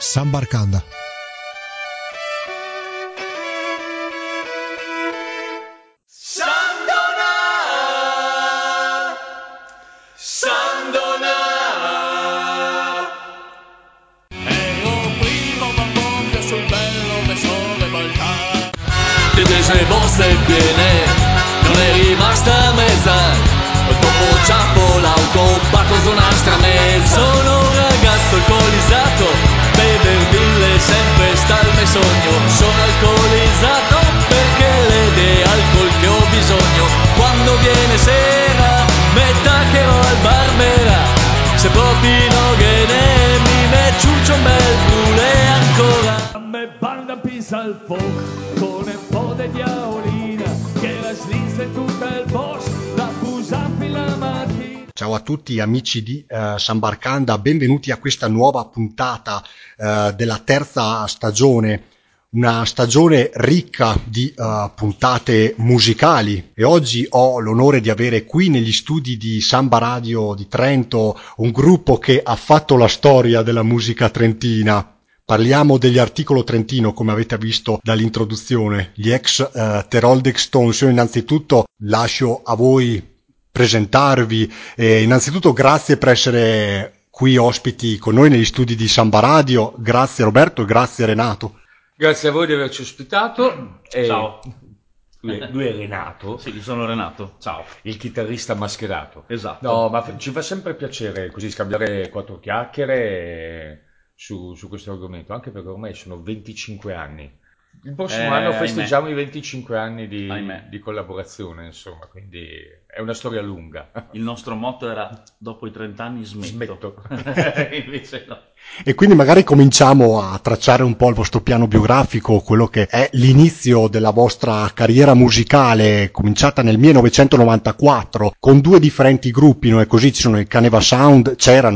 Sambarcanda. Se bosse bene, non è rimasta mezza. Dopo ciappo l'auto, bacco su un'altra mezza. Sono un ragazzo alcolizzato, bever sempre sta il mio sogno. Sono alcolizzato perché le alcol che ho bisogno. Quando viene sera, mettacchero al barbera. Se proprio no che ne mi ciuccio un bel brulè ancora. A me banda pisa al fuoco con un po' di diaolina che la slizza in tutta il bosco, la pusapi la mattina. Ciao a tutti amici di Sambarcanda, benvenuti a questa nuova puntata della terza stagione, una stagione ricca di puntate musicali, e oggi ho l'onore di avere qui negli studi di Samba Radio di Trento un gruppo che ha fatto la storia della musica trentina. Parliamo degli Articolo Trentino, come avete visto dall'introduzione, gli ex Heroldic Stones. Io innanzitutto lascio a voi presentarvi. Innanzitutto grazie per essere qui ospiti con noi negli studi di Samba Radio. Grazie Roberto e grazie Renato. Grazie a voi di averci ospitato. Ciao. Lui è Renato. Sì, io sono Renato. Ciao. Il chitarrista mascherato. Esatto. No, ma ci fa sempre piacere così scambiare quattro chiacchiere su questo argomento, anche perché ormai sono 25 anni. Il prossimo anno festeggiamo i 25 anni di collaborazione, insomma, quindi è una storia lunga. Il nostro motto era: dopo i 30 anni smetto. Invece no. E quindi magari cominciamo a tracciare un po' il vostro piano biografico, quello che è l'inizio della vostra carriera musicale, cominciata nel 1994 con due differenti gruppi, no? E così c'erano i Caneva Sound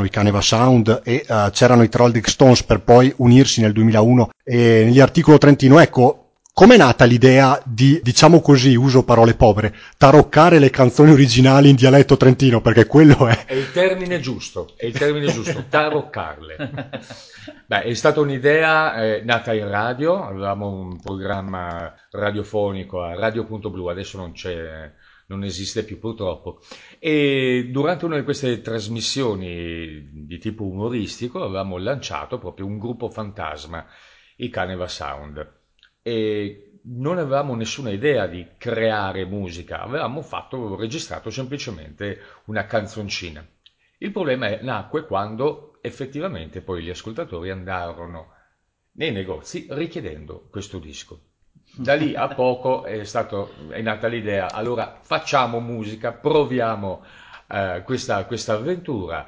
e c'erano i Heroldic Stones, per poi unirsi nel 2001 e negli Articolo Trentino. Ecco, com'è nata l'idea di, diciamo così, uso parole povere, taroccare le canzoni originali in dialetto trentino, perché quello è... È il termine giusto, taroccarle. Beh, è stata un'idea nata in radio, avevamo un programma radiofonico a Radio.blu, adesso non esiste più purtroppo, e durante una di queste trasmissioni di tipo umoristico avevamo lanciato proprio un gruppo fantasma, i Caneva Sound. E non avevamo nessuna idea di creare musica, avevamo registrato semplicemente una canzoncina. Il problema nacque quando effettivamente poi gli ascoltatori andarono nei negozi richiedendo questo disco. Da lì a poco è nata l'idea: allora facciamo musica, proviamo questa avventura.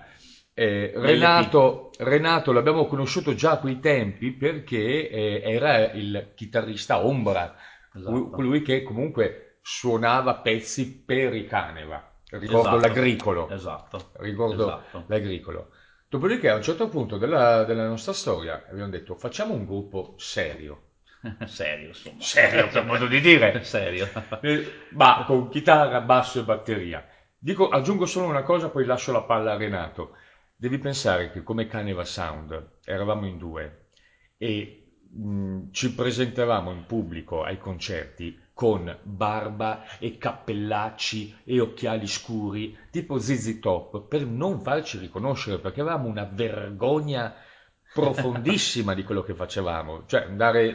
Renato l'abbiamo conosciuto già a quei tempi perché era il chitarrista ombra, Esatto. colui che comunque suonava pezzi per i Caneva. Ricordo Esatto. l'Agricolo. Esatto. L'Agricolo. Dopodiché a un certo punto della nostra storia abbiamo detto: facciamo un gruppo serio. Serio, insomma. Serio, per modo di dire. Serio. Ma con chitarra, basso e batteria. Aggiungo solo una cosa, poi lascio la palla a Renato. Devi pensare che come Caneva Sound eravamo in due e ci presentavamo in pubblico ai concerti con barba e cappellacci e occhiali scuri, tipo ZZ Top, per non farci riconoscere, perché avevamo una vergogna profondissima di quello che facevamo. Cioè,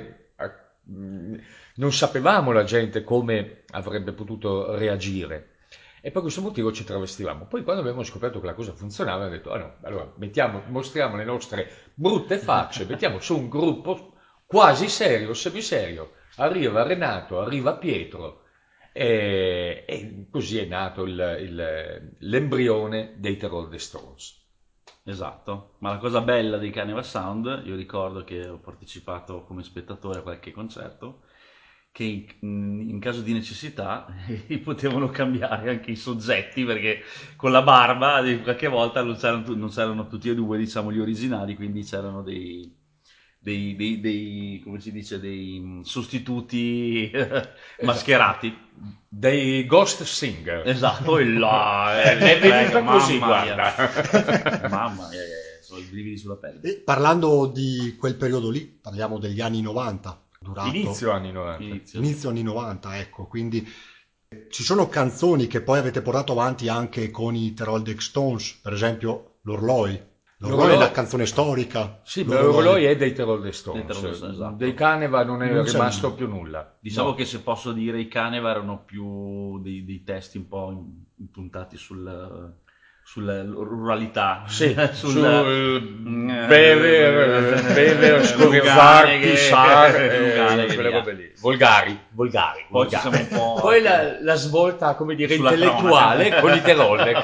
non sapevamo la gente come avrebbe potuto reagire. E per questo motivo ci travestivamo. Poi quando abbiamo scoperto che la cosa funzionava, abbiamo detto: ah no, allora mostriamo le nostre brutte facce, mettiamo su un gruppo quasi serio, semiserio. Arriva Renato, arriva Pietro, e così è nato l'embrione dei Heroldic Stones. Esatto. Ma la cosa bella dei Caneva Sound, io ricordo che ho partecipato come spettatore a qualche concerto, che in caso di necessità potevano cambiare anche i soggetti, perché con la barba qualche volta non c'erano tutti e due, diciamo, gli originali, quindi c'erano dei come si dice, dei sostituti mascherati. Dei ghost singer. Esatto, poi là è venuta così, mamma guarda. Mamma mia, ho i brividi sulla pelle. E parlando di quel periodo lì, parliamo degli anni 90, Inizio anni 90. inizio anni 90, ecco, quindi ci sono canzoni che poi avete portato avanti anche con i The Rolling Stones, per esempio l'Orloi. L'Orloi è una canzone storica. Sì, ma l'Orloi è dei The Rolling Stones. Dei The Rolling Stones, esatto. Dei Caneva non è Non c'è rimasto nulla. più nulla. Diciamo No. che se posso dire i Caneva erano più dei testi un po' impuntati sulla ruralità, Sì, sul beve, Lugane, quelle via. robe lì. Volgari. Poi ci siamo un po'... Poi la svolta, come dire, Sulla intellettuale con i The Rolling.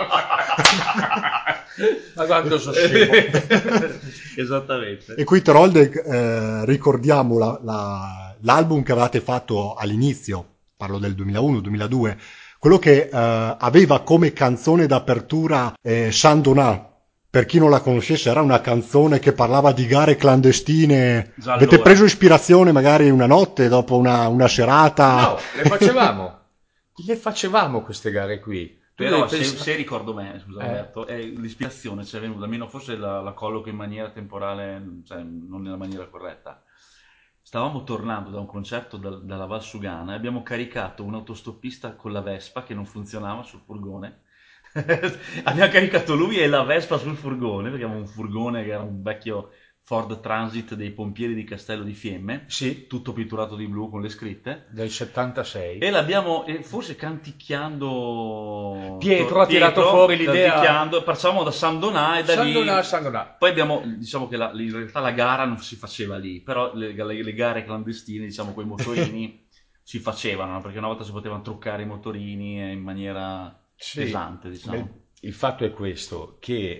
Ma quanto sono scemo. Esattamente. E qui Trolldeck, ricordiamo l'album che avevate fatto all'inizio, parlo del 2001-2002, quello che aveva come canzone d'apertura Saint-Donat. Per chi non la conoscesse, era una canzone che parlava di gare clandestine. Già Avete allora. preso ispirazione magari una notte dopo una serata? No, le facevamo. Le facevamo queste gare qui. Tu Però devi pensare- se ricordo bene, scusa Roberto, l'ispirazione ci è venuta, almeno forse la colloco in maniera temporale, cioè non nella maniera corretta. Stavamo tornando da un concerto dalla Valsugana e abbiamo caricato un autostoppista con la Vespa che non funzionava sul furgone. Abbiamo caricato lui e la Vespa sul furgone, perché avevamo un furgone che era un vecchio Ford Transit dei pompieri di Castello di Fiemme, Sì, tutto pitturato di blu con le scritte. del 76. E l'abbiamo, forse canticchiando... Pietro ha tirato fuori l'idea. Canticchiando, partivamo da San Donà e da lì... San Donà. Poi abbiamo, diciamo che in realtà la gara non si faceva lì, però le gare clandestine, diciamo, con i motorini si facevano, no? Perché una volta si potevano truccare i motorini in maniera pesante, diciamo. Il fatto è questo, che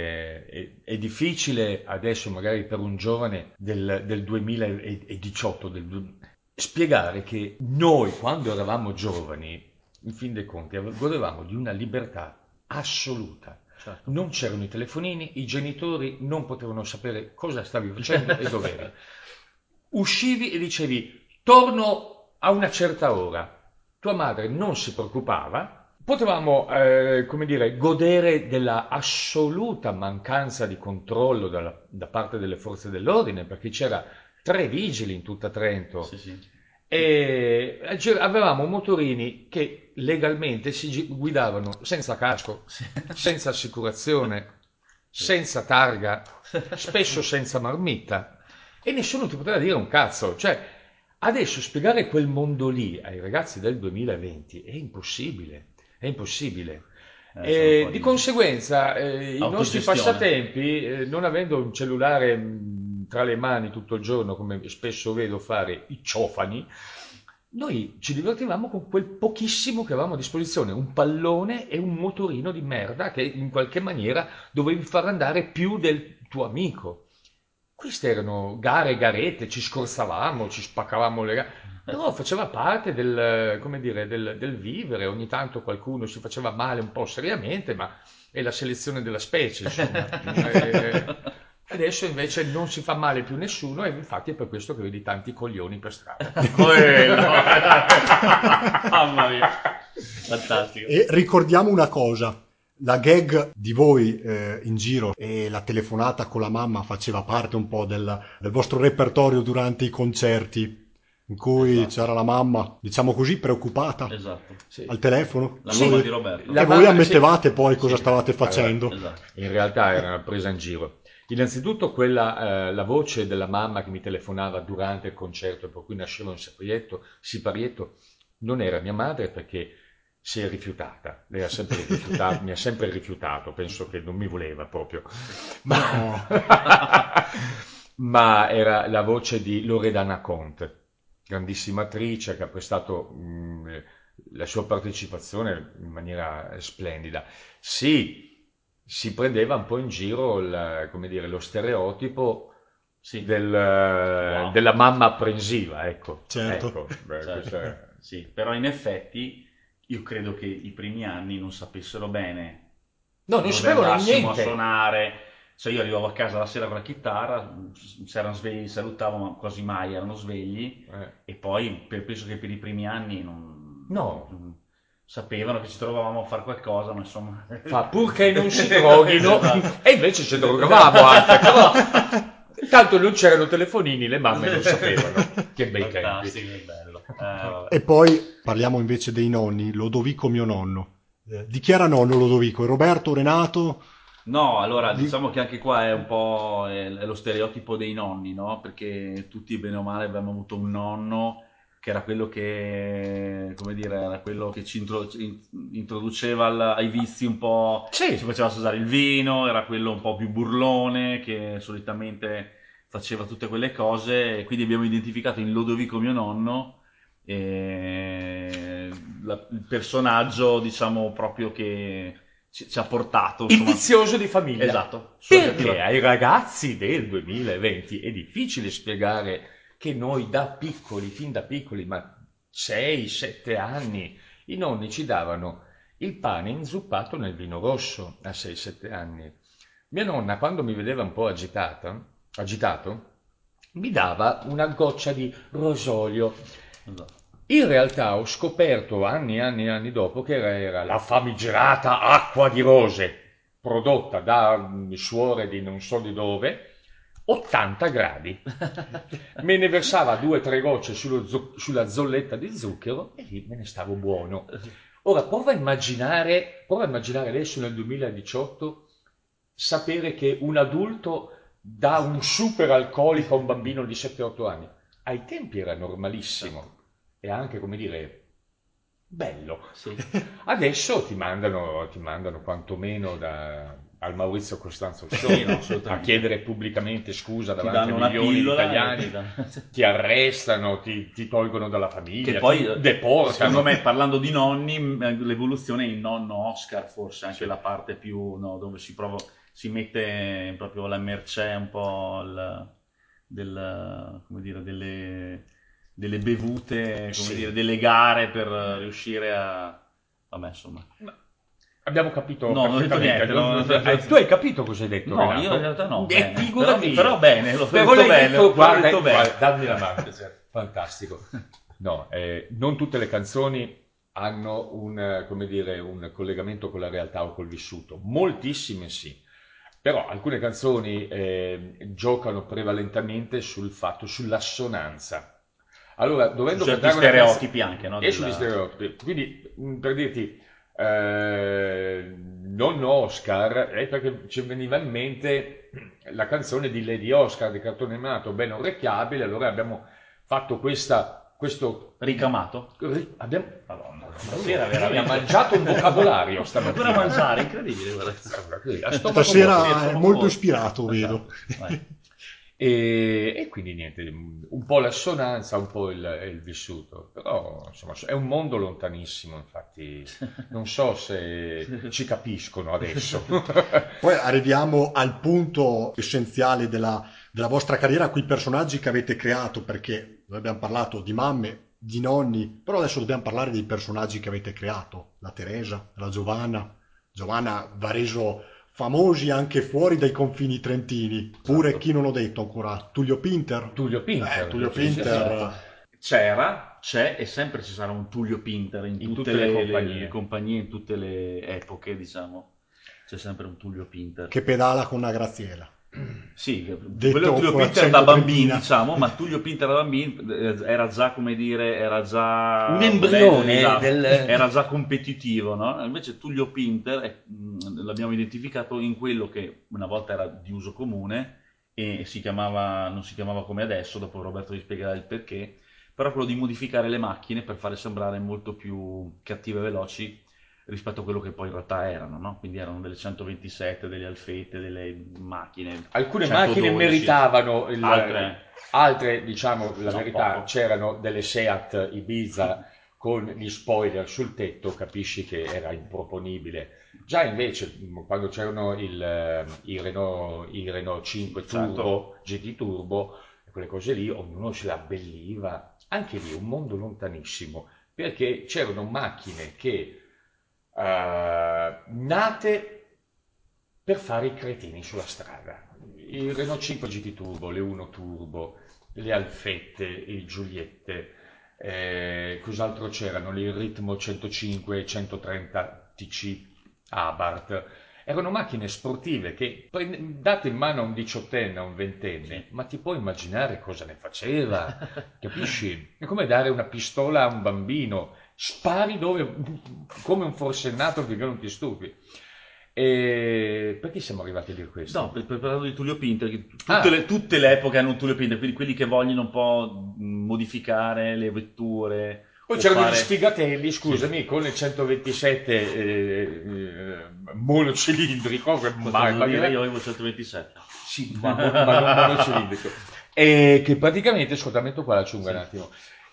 è difficile adesso magari per un giovane del 2018 spiegare che noi quando eravamo giovani, in fin dei conti, godevamo di una libertà assoluta. Certo. Non c'erano i telefonini, i genitori non potevano sapere cosa stavi facendo e dove eri. Uscivi e dicevi torno a una certa ora. Tua madre non si preoccupava. Potevamo, come dire, godere della assoluta mancanza di controllo da parte delle forze dell'ordine, perché c'era 3 vigili in tutta Trento. Sì, sì. E avevamo motorini che legalmente si guidavano senza casco, senza assicurazione, senza targa, spesso senza marmitta, e nessuno ti poteva dire un cazzo. Cioè, adesso spiegare quel mondo lì ai ragazzi del 2020 è impossibile. È impossibile. Sono Di conseguenza, i nostri autogestione. passatempi, non avendo un cellulare tra le mani tutto il giorno, come spesso vedo fare i ciofani, noi ci divertivamo con quel pochissimo che avevamo a disposizione, un pallone e un motorino di merda che in qualche maniera dovevi far andare più del tuo amico. Queste erano garette, ci scorzavamo, ci spaccavamo le gambe. Però faceva parte come dire, del vivere, ogni tanto qualcuno si faceva male un po' seriamente, ma è la selezione della specie, insomma. Adesso invece non si fa male più nessuno e infatti è per questo che vedi tanti coglioni per strada. Mamma mia, fantastico. E ricordiamo una cosa, la gag di voi in giro e la telefonata con la mamma faceva parte un po' del vostro repertorio durante i concerti, in cui Esatto. c'era la mamma, diciamo così, preoccupata Esatto. Sì. al telefono. La Sì. mamma di Roberto. E voi ammettevate poi cosa stavate facendo. Esatto. In realtà era una presa in giro. Innanzitutto la voce della mamma che mi telefonava durante il concerto, per cui nasceva un siparietto, non era mia madre perché si è rifiutata. Lei mi ha sempre rifiutato, penso che non mi voleva proprio. Ma era la voce di Loredana Conte, grandissima attrice che ha prestato la sua partecipazione in maniera splendida. Sì, si prendeva un po' in giro come dire, lo stereotipo Sì. della mamma apprensiva, ecco. Certo. Ecco, Certo. questa è- Sì, però in effetti io credo che i primi anni non sapessero bene No, non dove sapevano andassimo a niente. suonare. Cioè io arrivavo a casa la sera con la chitarra, se erano svegli salutavo, ma quasi mai erano svegli. E poi penso che per i primi anni non... No. sapevano che ci trovavamo a fare qualcosa, ma insomma... Purché non si droghino, Esatto. e invece ci drogavamo anche, però tanto non c'erano telefonini, le mamme non sapevano. Che bei tempi. Fantastico, è bello. Vabbè. E poi parliamo invece dei nonni. Lodovico, mio nonno. Di chi era nonno Lodovico? Roberto, Renato? No, allora diciamo che anche qua è un po' è lo stereotipo dei nonni, no? Perché tutti bene o male abbiamo avuto un nonno che era quello che, come dire, era quello che ci introduceva ai vizi un po', Sì. ci faceva assaggiare il vino, era quello un po' più burlone che solitamente faceva tutte quelle cose, e quindi abbiamo identificato in Lodovico mio nonno il personaggio, diciamo, proprio che ci ha portato, Il insomma. vizioso di famiglia. Esatto. Perché ai ragazzi del 2020 è difficile spiegare che noi da piccoli, fin da piccoli, ma 6-7 anni, i nonni ci davano il pane inzuppato nel vino rosso a 6-7 anni. Mia nonna, quando mi vedeva un po' agitato, mi dava una goccia di rosolio. Esatto. In realtà ho scoperto anni e anni e anni dopo che era la famigerata acqua di rose, prodotta da suore di non so di dove, 80 gradi. Me ne versava 2-3 gocce sulla zolletta di zucchero e lì me ne stavo buono. Ora prova a immaginare adesso nel 2018 sapere che un adulto dà un super alcolico a un bambino di 7-8 anni. Ai tempi era normalissimo e anche, come dire, bello. Sì. Adesso ti mandano quantomeno al Maurizio Costanzo Show Sì, no, a assolutamente. chiedere pubblicamente scusa Ti davanti danno a una milioni di pillola italiani, ti arrestano, ti tolgono dalla famiglia, Che poi, ti deportano. secondo me, parlando di nonni, l'evoluzione è il nonno Oscar, forse anche la parte più, no, dove si mette proprio la mercé un po' come dire, delle bevute, come Sì. dire, delle gare per riuscire a... Vabbè, insomma. Abbiamo capito No, non ho detto perfettamente. niente, no. Tu hai capito cosa hai detto, No, Renato? io in realtà no, E bene. figurati io. Però bene, l'ho Però detto l'hai bene, detto, l'ho guarda, detto bene. dammi la mano. Fantastico. No, non tutte le canzoni hanno come dire, un collegamento con la realtà o col vissuto. Moltissime sì. Però alcune canzoni giocano prevalentemente sull'assonanza. Allora, dovendo Su certi cantare una stereotipi anche, no? e sugli stereotipi. Quindi, per dirti, nonno Oscar, perché ci veniva in mente la canzone di Lady Oscar di cartone animato ben orecchiabile, allora abbiamo fatto questo Ricamato? abbiamo Madonna, lui stasera ha veramente... mangiato un vocabolario stamattina. Ancora a mangiare, incredibile, guarda. A stomaco vuoto. Stasera è molto vuoto. ispirato, vedo. Esatto. Vai. E quindi niente, un po' l'assonanza, un po' il vissuto, però insomma è un mondo lontanissimo, infatti non so se ci capiscono adesso. Poi arriviamo al punto essenziale della vostra carriera, quei personaggi che avete creato, perché noi abbiamo parlato di mamme, di nonni, però adesso dobbiamo parlare dei personaggi che avete creato, la Teresa, la Giovanna. Giovanna va reso famosi anche fuori dai confini trentini, pure Esatto. chi non ho detto ancora, Tullio Pinter. Tullio Pinter. Tullio Sì, sì, Pinter. C'è e sempre ci sarà un Tullio Pinter in tutte le le compagnie, in tutte le epoche, diciamo. C'è sempre un Tullio Pinter. Che pedala con una Graziella. Sì, Detto quello è Tullio con Pinter accento da bambini, trentina. diciamo, ma Tullio Pinter da bambini era già, come dire, era già un embrione esatto, del... era già competitivo, no? Invece Tullio Pinter l'abbiamo identificato in quello che una volta era di uso comune e non si chiamava come adesso, dopo Roberto vi spiegherà il perché, però quello di modificare le macchine per fare sembrare molto più cattive e veloci rispetto a quello che poi in realtà erano, no? Quindi erano delle 127, delle Alfette, delle macchine. Alcune 112, macchine meritavano altre diciamo la no, verità, poco. c'erano delle Seat Ibiza con gli spoiler sul tetto, capisci che era improponibile. Già invece, quando c'erano i Renault 5 Turbo, GT Turbo, quelle cose lì, ognuno se la abbelliva. Anche lì un mondo lontanissimo, perché c'erano macchine che nate per fare i cretini sulla strada. Il Renault 5 GT Turbo, le 1 Turbo, le Alfette, il Giuliette, cos'altro c'erano? Il Ritmo 105 130 TC Abarth. Erano macchine sportive che date in mano a un diciottenne, a un ventenne, ma ti puoi immaginare cosa ne faceva, capisci? È come dare una pistola a un bambino, spari dove, come un forsennato finché non ti stufi. E perché siamo arrivati a dire questo? No, parlando di Tullio Pinter, che tutte le epoche hanno un Tullio Pinter, quindi quelli che vogliono un po' modificare le vetture. Poi c'erano gli sfigatelli, scusami, sì, con il 127 monocilindrico, io avevo 127. Sì, ma non monocilindrico. E che praticamente, ascolta, metto qua la ciunga un attimo,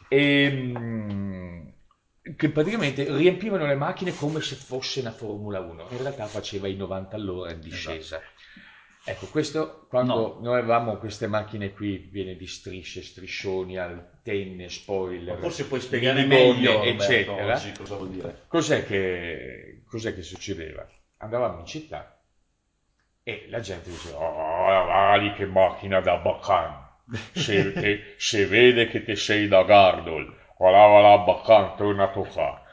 che praticamente riempivano le macchine come se fosse una Formula 1, in realtà faceva i 90 all'ora in discesa. Esatto. Ecco, questo quando noi avevamo queste macchine qui piene di strisce, striscioni, antenne, spoiler, ma forse puoi spiegare meglio, eccetera. Oggi, cosa vuol dire? Cos'è che succedeva? Andavamo in città e la gente diceva: oh, vali che macchina da baccan, se vede che te sei da Gardol, voilà, baccan, tornato qua.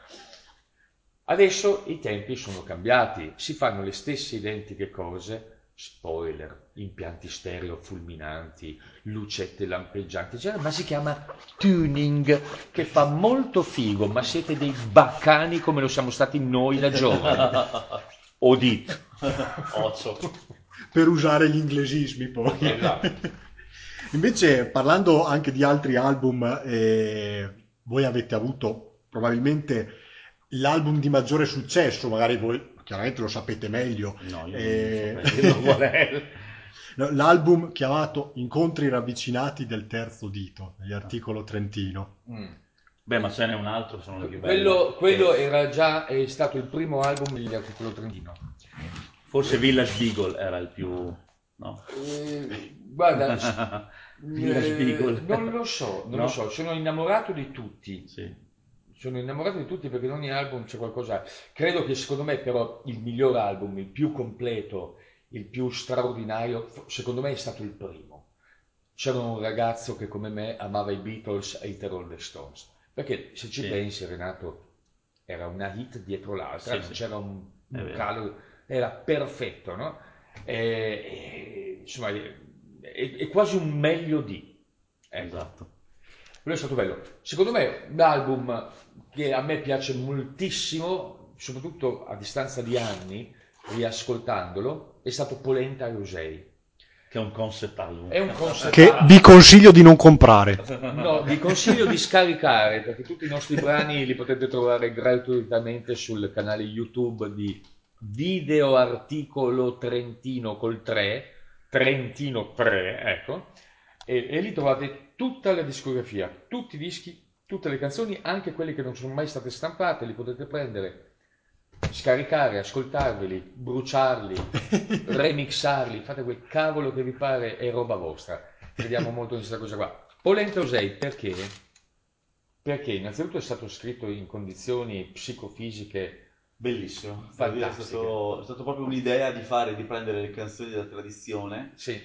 Adesso i tempi sono cambiati, si fanno le stesse identiche cose. Spoiler, impianti stereo fulminanti, lucette lampeggianti, ma si chiama tuning, che fa molto figo, ma siete dei baccani come lo siamo stati noi da giovani. Odit. Per usare gli inglesismi poi. Esatto. Invece, parlando anche di altri album, voi avete avuto probabilmente l'album di maggiore successo, magari voi chiaramente lo sapete meglio. No, io non so qual è. L'album chiamato Incontri ravvicinati del terzo dito, di Articolo Trentino. Beh, ma ce n'è un altro, sono più belli. Quello era già è stato il primo album di Articolo Trentino. Forse Village Beagle era il più... no? Guarda, Village Beagle. non lo so, sono innamorato di tutti. Sì. Sono innamorato di tutti perché in ogni album c'è qualcosa. Credo che secondo me però il miglior album, il più completo, il più straordinario, secondo me è stato il primo. C'era un ragazzo che come me amava i Beatles e i The Rolling Stones. Perché se ci pensi, Renato, era una hit dietro l'altra, non c'era un calo, era perfetto, no? Insomma, è quasi un meglio di. Ecco. Esatto. Quello è stato bello. Secondo me un album che a me piace moltissimo, soprattutto a distanza di anni, riascoltandolo, è stato Polenta e Rosei. Che è un concept album. È un concept che album. vi consiglio di non comprare. No, vi consiglio di scaricare, perché tutti i nostri brani li potete trovare gratuitamente sul canale YouTube di Video Articolo Trentino col 3, Trentino 3, ecco, e lì trovate tutta la discografia, tutti i dischi, tutte le canzoni, anche quelle che non sono mai state stampate, li potete prendere, scaricare, ascoltarveli, bruciarli, remixarli, fate quel cavolo che vi pare, è roba vostra. Vediamo molto in questa cosa qua. Polenta Rosei perché? Perché innanzitutto è stato scritto in condizioni psicofisiche bellissimo, fantastiche. È stato proprio un'idea di prendere le canzoni della tradizione, sì,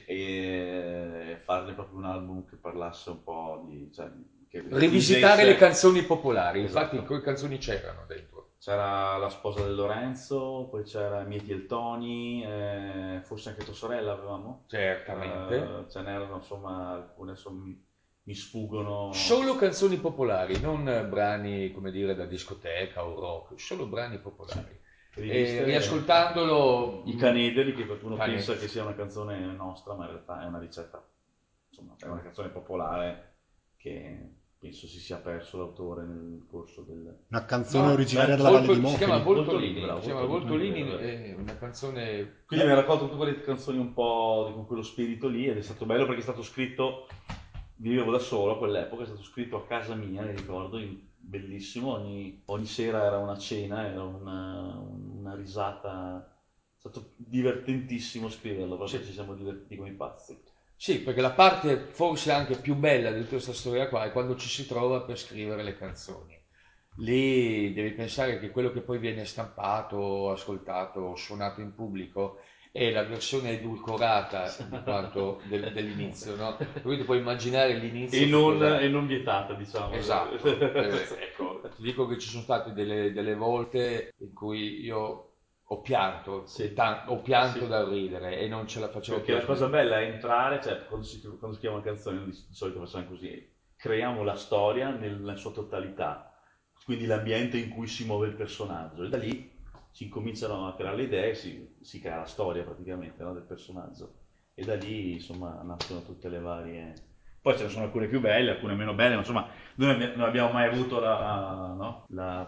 e farne proprio un album che parlasse un po' di... Cioè, che rivisitare le canzoni popolari, esatto. Infatti quelle canzoni c'erano dentro. C'era La sposa del Lorenzo, poi c'era Mieti e il Tony, forse anche tua sorella avevamo? Certamente. Ce n'erano, insomma, alcune, insomma, mi sfuggono. Solo canzoni popolari, non brani, come dire, da discoteca o rock, solo brani popolari. E riascoltandolo... I Canederi, che qualcuno pensa che sia una canzone nostra, ma in realtà è una ricetta, insomma, è una canzone popolare che... penso si sia perso l'autore nel corso del... Una canzone originaria della Valle di Mofili. Si chiama Voltolini, è una canzone... Quindi mi ha raccolto tutte quelle canzoni un po' con quello spirito lì, ed è stato bello perché è stato scritto, vivevo da solo a quell'epoca, è stato scritto a casa mia, mi ricordo, bellissimo, ogni sera era una cena, era una risata, è stato divertentissimo scriverlo, proprio ci siamo divertiti come i pazzi. Sì, perché la parte forse anche più bella di tutta questa storia qua è quando ci si trova per scrivere le canzoni. Lì devi pensare che quello che poi viene stampato, ascoltato, suonato in pubblico è la versione edulcorata di quanto dell'inizio, no? Quindi puoi immaginare l'inizio e non vietata, diciamo. Esatto. Ecco, ti dico che ci sono state delle volte in cui io ho pianto, Sì. ho pianto Sì. da ridere e non ce la facevo Perché più. la cosa bella è entrare, cioè quando scriviamo canzoni di solito facciamo così, creiamo la storia nella sua totalità, quindi l'ambiente in cui si muove il personaggio, e da lì si incominciano a creare le idee, si crea la storia praticamente, no, del personaggio, e da lì insomma nascono tutte le varie... Poi ce ne sono alcune più belle, alcune meno belle, ma insomma noi non abbiamo mai avuto la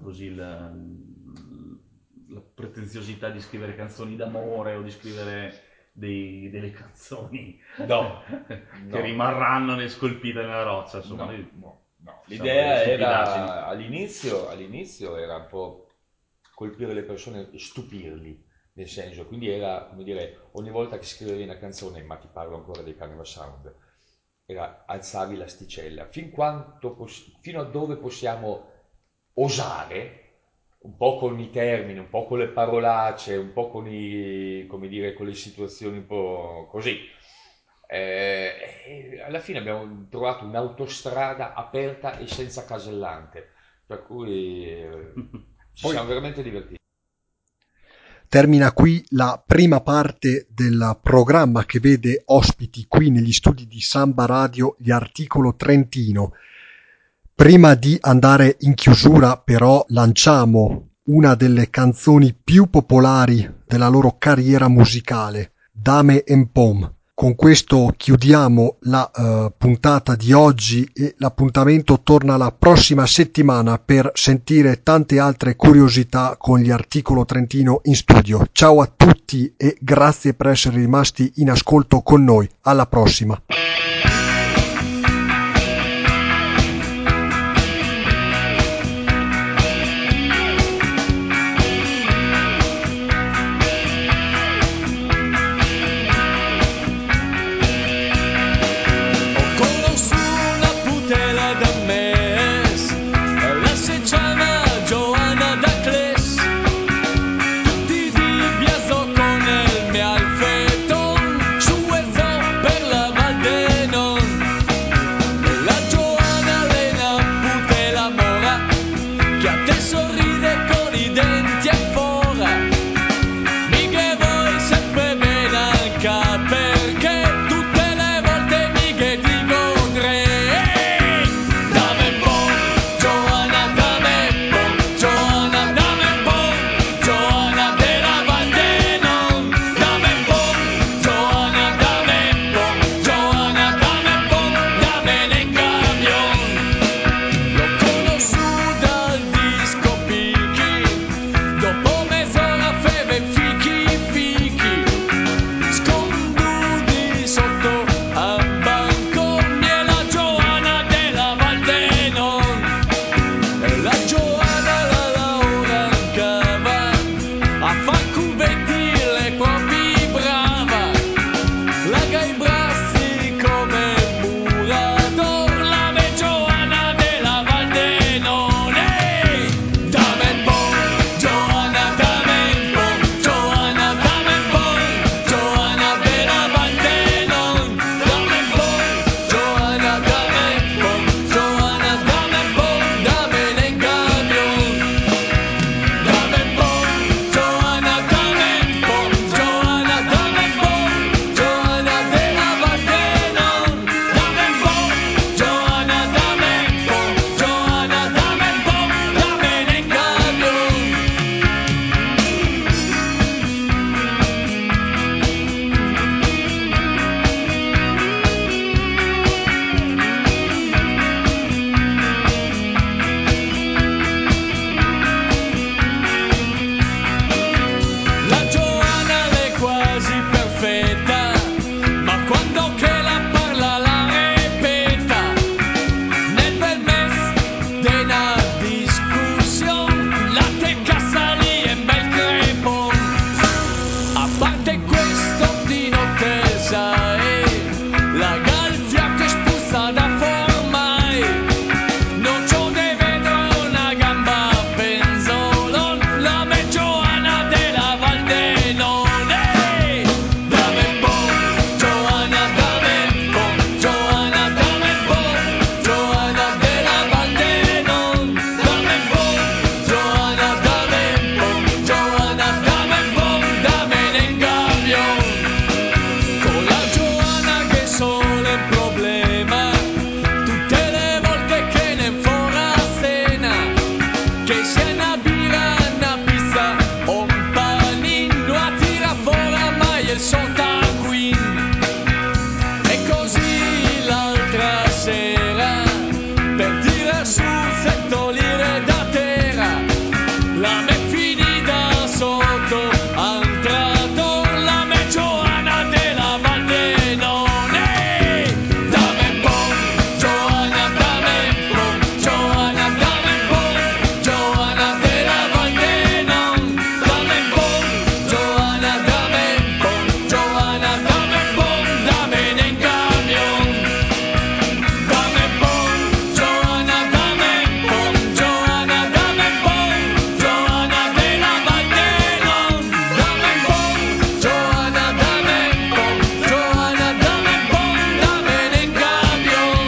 pretenziosità di scrivere canzoni d'amore o di scrivere delle canzoni che rimarranno scolpite nella roccia, insomma. No. L'idea era all'inizio era un po' colpire le persone e stupirli, nel senso, quindi era, come dire, ogni volta che scrivevi una canzone, ma ti parlo ancora dei Carnival Sound, era alzavi l'asticella fino a dove possiamo osare, un po' con i termini, un po' con le parolacce, un po' con come dire, con le situazioni un po' così. E alla fine abbiamo trovato un'autostrada aperta e senza casellante, per cui ci siamo veramente divertiti. Termina qui la prima parte del programma che vede ospiti qui negli studi di Samba Radio gli Articolo Trentino. Prima di andare in chiusura però lanciamo una delle canzoni più popolari della loro carriera musicale, Dame en Pom. Con questo chiudiamo la puntata di oggi e l'appuntamento torna la prossima settimana per sentire tante altre curiosità con gli Articolo Trentino in studio. Ciao a tutti e grazie per essere rimasti in ascolto con noi. Alla prossima. Sota Queen. E così l'altra sera, per tirar su 100 lire da terra, la me finita sotto, ha entrato la me Giovanna della Valdenone. Dame un po', Giovanna, dame un po', Giovanna, dame un po', Giovanna della Valdenone. Dame un po', Giovanna, dame un po', Giovanna, dame un po', damene in camion. Dame un po', Giovanna, dame un po', Giovanna, dame un po', Giovanna della Valdenone. Dame un po', Giovanna, dame un po', Giovanna, dame un po', damene in camion.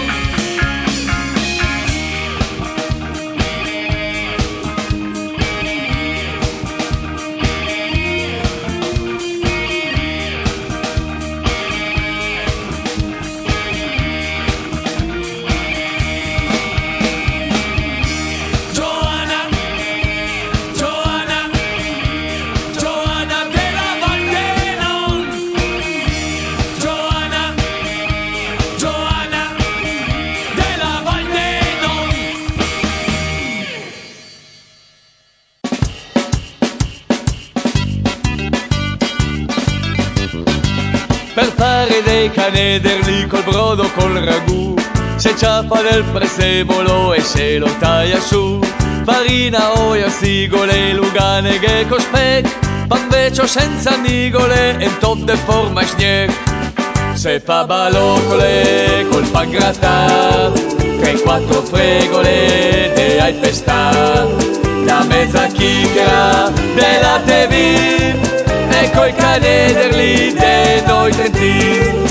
Giovanna, Giovanna, Giovanna della Valdenone. Giovanna, Giovanna della Valdenone. Per fare dei canederli col brodo col ragù, se ciappa del prezzemolo e se lo taglia su, farina, olio, sigole, luganeghe con speck, pan vecchio senza nigole e un top de forma snec. Se fa baloccole col pan grattato, 3-4 fregole de ai pestà, la mezza chicchera della TV e coi canederli de noi trentini.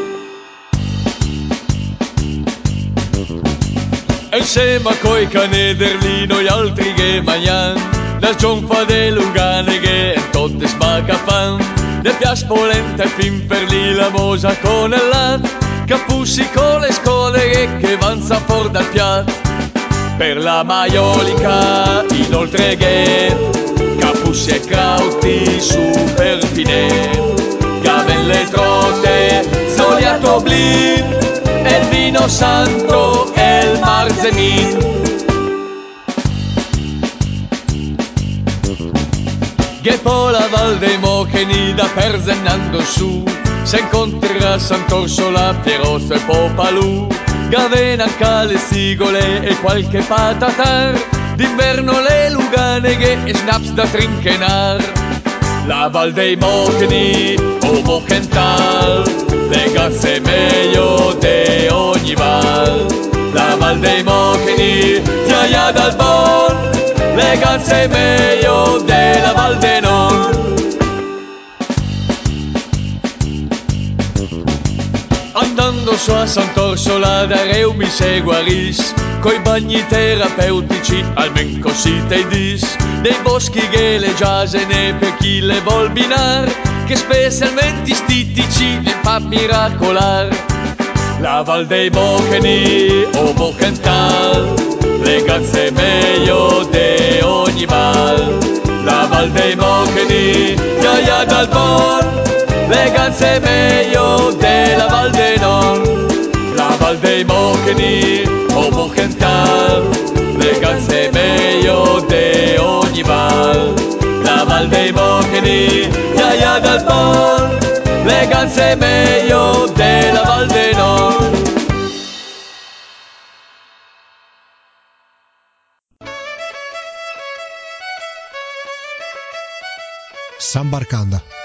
E insieme coi canederli noi altri che mangiam, la gionfa de luganeghe e tutte sbacafan. Ne piace polenta e fin per lì la mosa con il latte, capussi con le scole che van fuori dal piatto. Per la maiolica inoltre che capussi e crauti super fine, gavelle trote, soliato blin, e il vino santo e il marzemin. Che poi la Val dei Mocheni da Perzennando su, se incontrerà a Sant'Orsola, Pierosso e Popalù, Gavena, Cale, Sigole e qualche patatar, d'inverno le luganeghe e snaps da trinchenar. La Val dei Mocheni o Mochental, le gazze meglio de ogni val. La Val dei Mocheni, Chiaia dal Bon, le gazze meglio della Val d'Enon. Andando su a Sant'Orsola da reumi se guaris, coi bagni terapeutici almen così te dis, dei boschi che le giasene per chi le vol binar, che specialmente stitici le fa miracolar. La Val dei Mocheni o Mochental, le gazze meglio de ogni val. La Val dei Mocheni, Chiaia dal Bon, le gazze meglio della Val d'Enon. La Val dei Mocheni o Mochental, le gazze meglio de ogni val. La Val dei Mocheni, Chiaia dal Bon, le gazze meglio della Val d'Enon. Sambarcanda.